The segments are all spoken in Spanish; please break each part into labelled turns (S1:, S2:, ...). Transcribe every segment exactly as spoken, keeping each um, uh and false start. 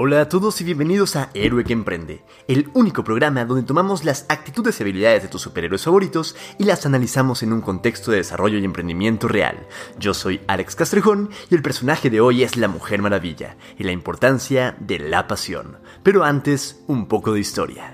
S1: Hola a todos y bienvenidos a Héroe que Emprende, el único programa donde tomamos las actitudes y habilidades de tus superhéroes favoritos y las analizamos en un contexto de desarrollo y emprendimiento real. Yo soy Alex Castrejón y el personaje de hoy es la Mujer Maravilla y la importancia de la pasión. Pero antes, un poco de historia.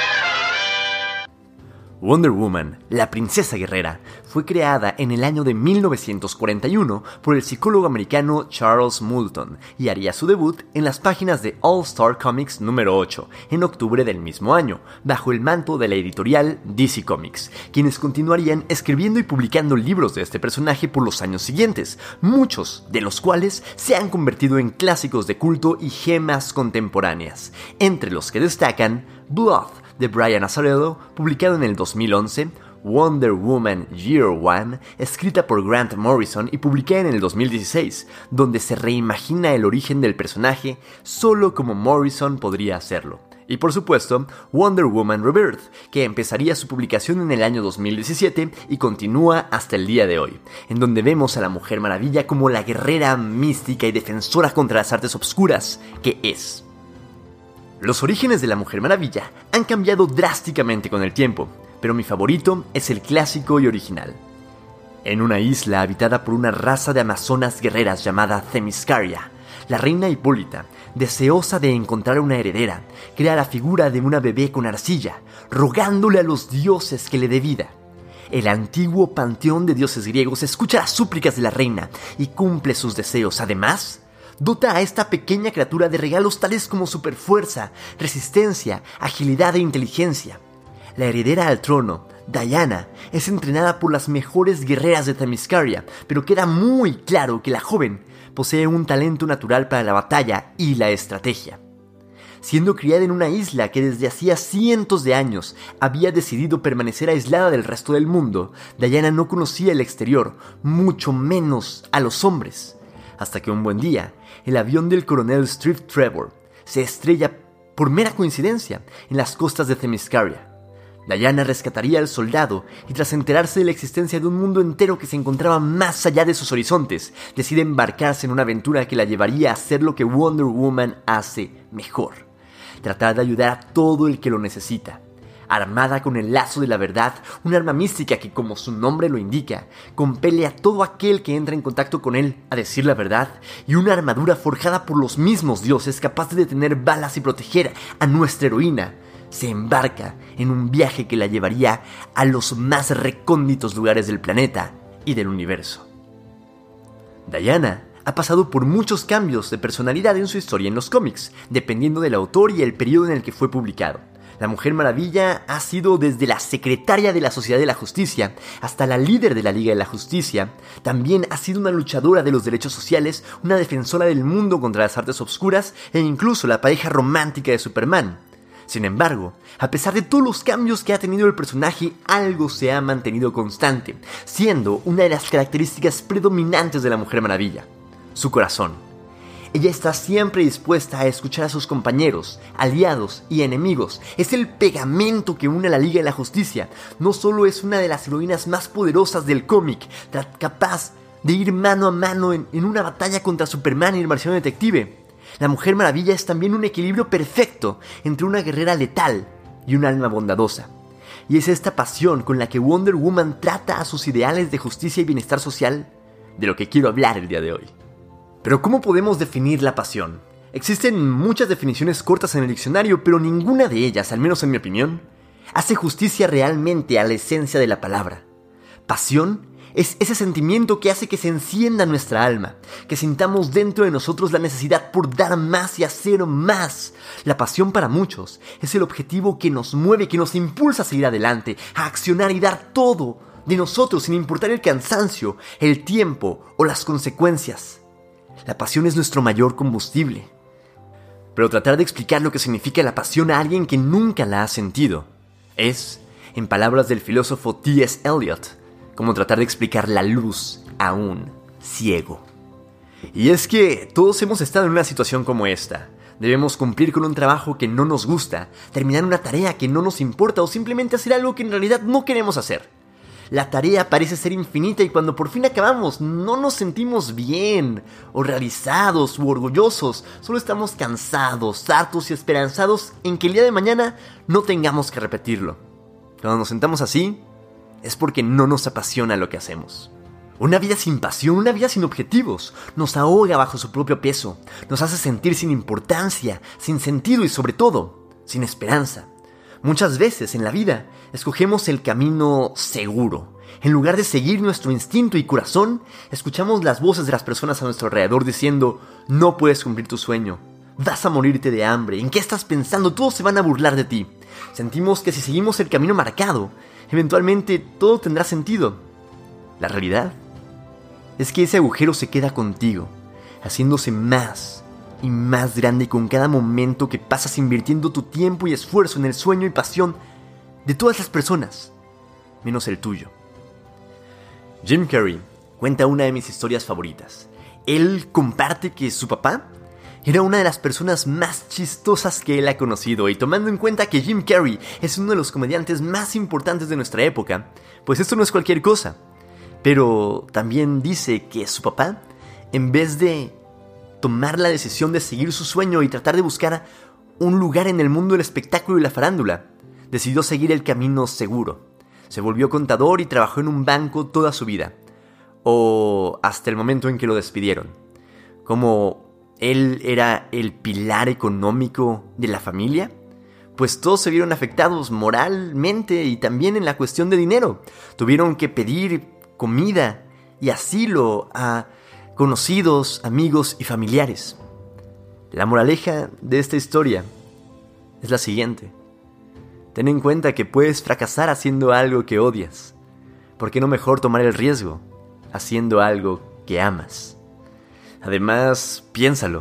S1: Wonder Woman, la princesa guerrera, fue creada en el año de mil novecientos cuarenta y uno por el psicólogo americano Charles Moulton y haría su debut en las páginas de All Star Comics número ocho en octubre del mismo año, bajo el manto de la editorial D C Comics, quienes continuarían escribiendo y publicando libros de este personaje por los años siguientes, muchos de los cuales se han convertido en clásicos de culto y gemas contemporáneas, entre los que destacan Blood, de Brian Azzarello, publicado en el dos mil once, Wonder Woman Year One, escrita por Grant Morrison y publicada en el dos mil dieciséis, donde se reimagina el origen del personaje solo como Morrison podría hacerlo. Y por supuesto, Wonder Woman Rebirth, que empezaría su publicación en el año dos mil diecisiete y continúa hasta el día de hoy, en donde vemos a la Mujer Maravilla como la guerrera mística y defensora contra las artes obscuras que es. Los orígenes de la Mujer Maravilla han cambiado drásticamente con el tiempo, pero mi favorito es el clásico y original. En una isla habitada por una raza de amazonas guerreras llamada Themyscira, la reina Hipólita, deseosa de encontrar una heredera, crea la figura de una bebé con arcilla, rogándole a los dioses que le dé vida. El antiguo panteón de dioses griegos escucha las súplicas de la reina y cumple sus deseos. Además, dota a esta pequeña criatura de regalos tales como superfuerza, resistencia, agilidad e inteligencia. La heredera al trono, Diana, es entrenada por las mejores guerreras de Themyscira, pero queda muy claro que la joven posee un talento natural para la batalla y la estrategia. Siendo criada en una isla que desde hacía cientos de años había decidido permanecer aislada del resto del mundo, Diana no conocía el exterior, mucho menos a los hombres. Hasta que un buen día, el avión del coronel Steve Trevor se estrella por mera coincidencia en las costas de Themyscira. Diana rescataría al soldado y tras enterarse de la existencia de un mundo entero que se encontraba más allá de sus horizontes, decide embarcarse en una aventura que la llevaría a hacer lo que Wonder Woman hace mejor: tratar de ayudar a todo el que lo necesita. Armada con el lazo de la verdad, un arma mística que, como su nombre lo indica, compele a todo aquel que entra en contacto con él a decir la verdad, y una armadura forjada por los mismos dioses capaz de detener balas y proteger a nuestra heroína, se embarca en un viaje que la llevaría a los más recónditos lugares del planeta y del universo. Diana ha pasado por muchos cambios de personalidad en su historia en los cómics, dependiendo del autor y el periodo en el que fue publicado. La Mujer Maravilla ha sido desde la secretaria de la Sociedad de la Justicia hasta la líder de la Liga de la Justicia. También ha sido una luchadora de los derechos sociales, una defensora del mundo contra las artes obscuras e incluso la pareja romántica de Superman. Sin embargo, a pesar de todos los cambios que ha tenido el personaje, algo se ha mantenido constante, siendo una de las características predominantes de la Mujer Maravilla: su corazón. Ella está siempre dispuesta a escuchar a sus compañeros, aliados y enemigos. Es el pegamento que une a la Liga de la Justicia. No solo es una de las heroínas más poderosas del cómic, capaz de ir mano a mano en, en una batalla contra Superman y el Marciano Detective. La Mujer Maravilla es también un equilibrio perfecto entre una guerrera letal y un alma bondadosa. Y es esta pasión con la que Wonder Woman trata a sus ideales de justicia y bienestar social de lo que quiero hablar el día de hoy. Pero ¿cómo podemos definir la pasión? Existen muchas definiciones cortas en el diccionario, pero ninguna de ellas, al menos en mi opinión, hace justicia realmente a la esencia de la palabra. Pasión es ese sentimiento que hace que se encienda nuestra alma, que sintamos dentro de nosotros la necesidad por dar más y hacer más. La pasión para muchos es el objetivo que nos mueve, que nos impulsa a seguir adelante, a accionar y dar todo de nosotros sin importar el cansancio, el tiempo o las consecuencias. La pasión es nuestro mayor combustible. Pero tratar de explicar lo que significa la pasión a alguien que nunca la ha sentido es, en palabras del filósofo T S Eliot, como tratar de explicar la luz a un ciego. Y es que todos hemos estado en una situación como esta. Debemos cumplir con un trabajo que no nos gusta, terminar una tarea que no nos importa o simplemente hacer algo que en realidad no queremos hacer. La tarea parece ser infinita y cuando por fin acabamos no nos sentimos bien, o realizados, u orgullosos. Solo estamos cansados, hartos y esperanzados en que el día de mañana no tengamos que repetirlo. Cuando nos sentamos así, es porque no nos apasiona lo que hacemos. Una vida sin pasión, una vida sin objetivos, nos ahoga bajo su propio peso, nos hace sentir sin importancia, sin sentido y sobre todo, sin esperanza. Muchas veces en la vida escogemos el camino seguro. En lugar de seguir nuestro instinto y corazón, escuchamos las voces de las personas a nuestro alrededor diciendo: no puedes cumplir tu sueño, vas a morirte de hambre, ¿en qué estás pensando? Todos se van a burlar de ti. Sentimos que si seguimos el camino marcado, eventualmente todo tendrá sentido. La realidad es que ese agujero se queda contigo, haciéndose más y más grande con cada momento que pasas invirtiendo tu tiempo y esfuerzo en el sueño y pasión de todas las personas, menos el tuyo. Jim Carrey cuenta una de mis historias favoritas. Él comparte que su papá era una de las personas más chistosas que él ha conocido, y tomando en cuenta que Jim Carrey es uno de los comediantes más importantes de nuestra época, pues esto no es cualquier cosa. Pero también dice que su papá, en vez de tomar la decisión de seguir su sueño y tratar de buscar un lugar en el mundo del espectáculo y la farándula, decidió seguir el camino seguro. Se volvió contador y trabajó en un banco toda su vida, o hasta el momento en que lo despidieron. Como él era el pilar económico de la familia, pues todos se vieron afectados moralmente y también en la cuestión de dinero. Tuvieron que pedir comida y asilo a conocidos, amigos y familiares. La moraleja de esta historia es la siguiente: ten en cuenta que puedes fracasar haciendo algo que odias. ¿Por qué no mejor tomar el riesgo haciendo algo que amas? Además, piénsalo.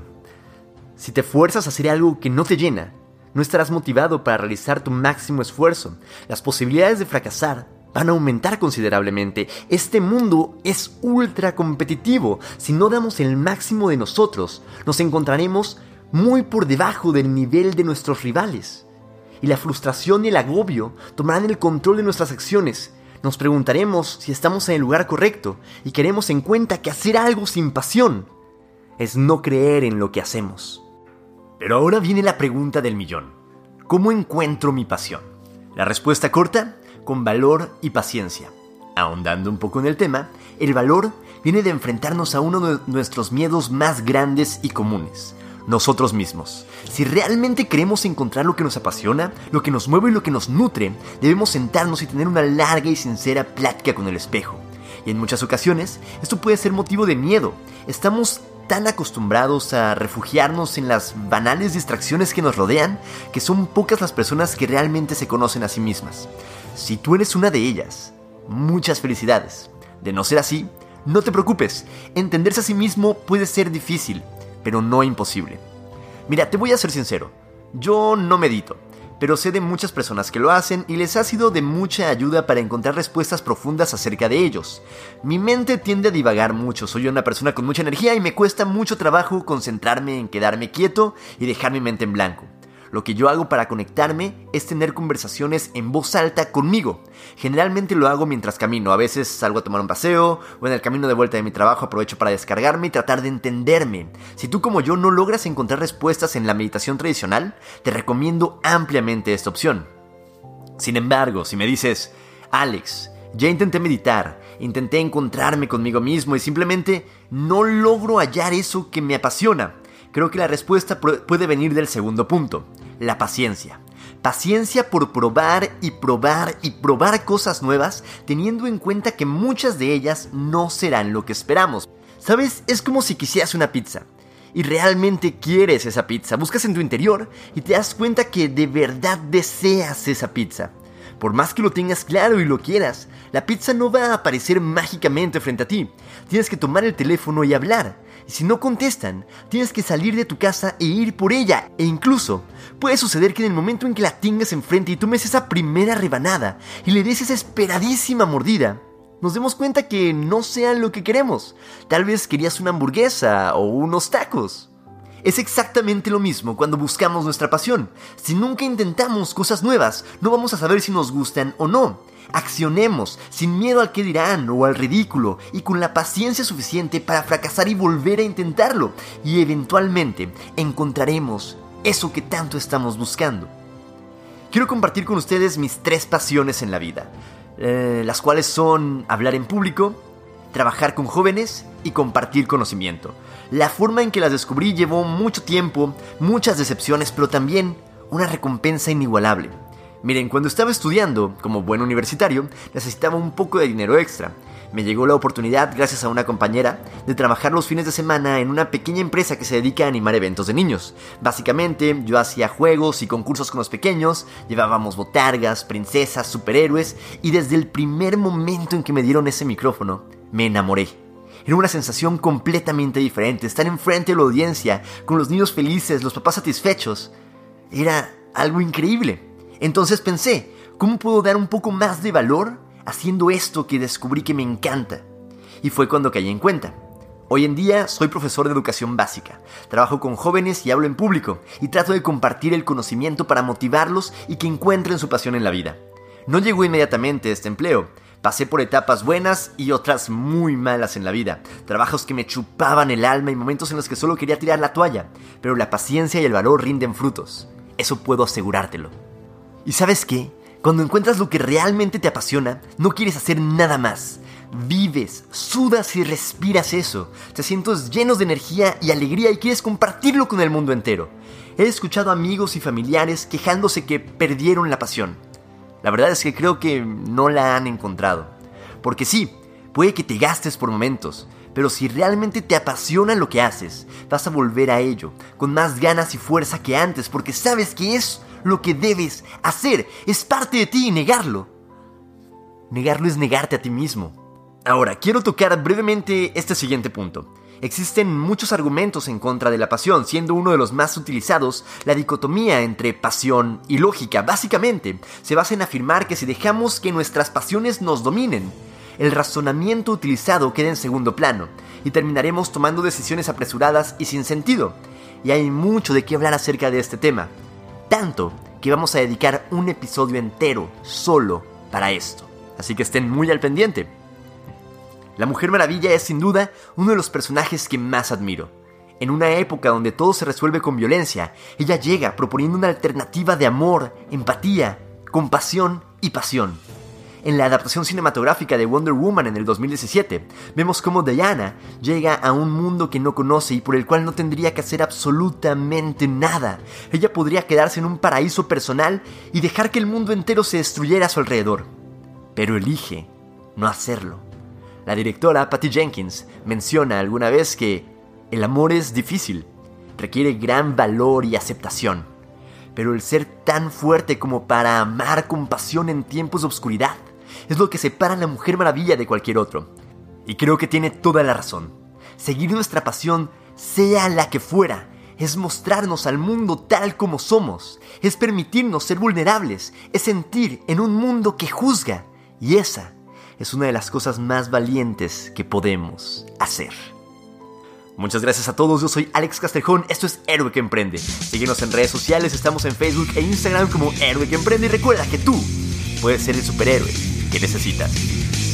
S1: Si te fuerzas a hacer algo que no te llena, no estarás motivado para realizar tu máximo esfuerzo. Las posibilidades de fracasar van a aumentar considerablemente. Este mundo es ultra competitivo. Si no damos el máximo de nosotros, nos encontraremos muy por debajo del nivel de nuestros rivales. Y la frustración y el agobio tomarán el control de nuestras acciones. Nos preguntaremos si estamos en el lugar correcto y queremos en cuenta que hacer algo sin pasión es no creer en lo que hacemos. Pero ahora viene la pregunta del millón: ¿cómo encuentro mi pasión? La respuesta corta: con valor y paciencia. Ahondando un poco en el tema, el valor viene de enfrentarnos a uno de nuestros miedos más grandes y comunes: nosotros mismos. Si realmente queremos encontrar lo que nos apasiona, lo que nos mueve y lo que nos nutre, debemos sentarnos y tener una larga y sincera plática con el espejo. Y en muchas ocasiones, esto puede ser motivo de miedo. Estamos tan acostumbrados a refugiarnos en las banales distracciones que nos rodean, que son pocas las personas que realmente se conocen a sí mismas. Si tú eres una de ellas, muchas felicidades. De no ser así, no te preocupes. Entenderse a sí mismo puede ser difícil, pero no imposible. Mira, te voy a ser sincero. Yo no medito, pero sé de muchas personas que lo hacen y les ha sido de mucha ayuda para encontrar respuestas profundas acerca de ellos. Mi mente tiende a divagar mucho, soy una persona con mucha energía y me cuesta mucho trabajo concentrarme en quedarme quieto y dejar mi mente en blanco. Lo que yo hago para conectarme es tener conversaciones en voz alta conmigo. Generalmente lo hago mientras camino, a veces salgo a tomar un paseo o en el camino de vuelta de mi trabajo aprovecho para descargarme y tratar de entenderme. Si tú como yo no logras encontrar respuestas en la meditación tradicional, te recomiendo ampliamente esta opción. Sin embargo, si me dices: Alex, ya intenté meditar, intenté encontrarme conmigo mismo y simplemente no logro hallar eso que me apasiona, creo que la respuesta puede venir del segundo punto: la paciencia. Paciencia por probar y probar y probar cosas nuevas, teniendo en cuenta que muchas de ellas no serán lo que esperamos. ¿Sabes? Es como si quisieras una pizza y realmente quieres esa pizza. Buscas en tu interior y te das cuenta que de verdad deseas esa pizza. Por más que lo tengas claro y lo quieras, la pizza no va a aparecer mágicamente frente a ti. Tienes que tomar el teléfono y hablar. Y si no contestan, tienes que salir de tu casa e ir por ella. E incluso, puede suceder que en el momento en que la tengas enfrente y tomes esa primera rebanada y le des esa esperadísima mordida, nos demos cuenta que no sea lo que queremos. Tal vez querías una hamburguesa o unos tacos. Es exactamente lo mismo cuando buscamos nuestra pasión. Si nunca intentamos cosas nuevas, no vamos a saber si nos gustan o no. Accionemos, sin miedo al qué dirán o al ridículo, y con la paciencia suficiente para fracasar y volver a intentarlo, y eventualmente encontraremos eso que tanto estamos buscando. Quiero compartir con ustedes mis tres pasiones en la vida, eh, las cuales son hablar en público, trabajar con jóvenes y compartir conocimiento. La forma en que las descubrí llevó mucho tiempo, muchas decepciones, pero también una recompensa inigualable. Miren, cuando estaba estudiando como buen universitario, necesitaba un poco de dinero extra. Me llegó la oportunidad, gracias a una compañera, de trabajar los fines de semana en una pequeña empresa que se dedica a animar eventos de niños. Básicamente, yo hacía juegos y concursos con los pequeños, llevábamos botargas, princesas, superhéroes, y desde el primer momento en que me dieron ese micrófono, me enamoré. Era una sensación completamente diferente, estar enfrente de la audiencia, con los niños felices, los papás satisfechos. Era algo increíble. Entonces pensé, ¿cómo puedo dar un poco más de valor haciendo esto que descubrí que me encanta? Y fue cuando caí en cuenta. Hoy en día soy profesor de educación básica, trabajo con jóvenes y hablo en público, y trato de compartir el conocimiento para motivarlos y que encuentren su pasión en la vida. No llegó inmediatamente este empleo. Pasé por etapas buenas y otras muy malas en la vida, trabajos que me chupaban el alma y momentos en los que solo quería tirar la toalla, pero la paciencia y el valor rinden frutos, eso puedo asegurártelo. ¿Y sabes qué? Cuando encuentras lo que realmente te apasiona, no quieres hacer nada más. Vives, sudas y respiras eso, te sientes llenos de energía y alegría y quieres compartirlo con el mundo entero. He escuchado amigos y familiares quejándose que perdieron la pasión. La verdad es que creo que no la han encontrado. Porque sí, puede que te gastes por momentos, pero si realmente te apasiona lo que haces, vas a volver a ello, con más ganas y fuerza que antes, porque sabes que es lo que debes hacer, es parte de ti y negarlo. Negarlo es negarte a ti mismo. Ahora, quiero tocar brevemente este siguiente punto. Existen muchos argumentos en contra de la pasión, siendo uno de los más utilizados la dicotomía entre pasión y lógica. Básicamente, se basa en afirmar que si dejamos que nuestras pasiones nos dominen, el razonamiento utilizado queda en segundo plano y terminaremos tomando decisiones apresuradas y sin sentido. Y hay mucho de qué hablar acerca de este tema, tanto que vamos a dedicar un episodio entero solo para esto. Así que estén muy al pendiente. La Mujer Maravilla es sin duda uno de los personajes que más admiro. En una época donde todo se resuelve con violencia, ella llega proponiendo una alternativa de amor, empatía, compasión y pasión. En la adaptación cinematográfica de Wonder Woman en el dos mil diecisiete, vemos cómo Diana llega a un mundo que no conoce y por el cual no tendría que hacer absolutamente nada. Ella podría quedarse en un paraíso personal y dejar que el mundo entero se destruyera a su alrededor. Pero elige no hacerlo. La directora Patty Jenkins menciona alguna vez que el amor es difícil, requiere gran valor y aceptación, pero el ser tan fuerte como para amar con pasión en tiempos de oscuridad es lo que separa a la Mujer Maravilla de cualquier otro. Y creo que tiene toda la razón. Seguir nuestra pasión, sea la que fuera, es mostrarnos al mundo tal como somos, es permitirnos ser vulnerables, es sentir en un mundo que juzga, y esa es una de las cosas más valientes que podemos hacer. Muchas gracias a todos, yo soy Alex Castrejón, esto es Héroe que Emprende. Síguenos en redes sociales, estamos en Facebook e Instagram como Héroe que Emprende y recuerda que tú puedes ser el superhéroe que necesitas.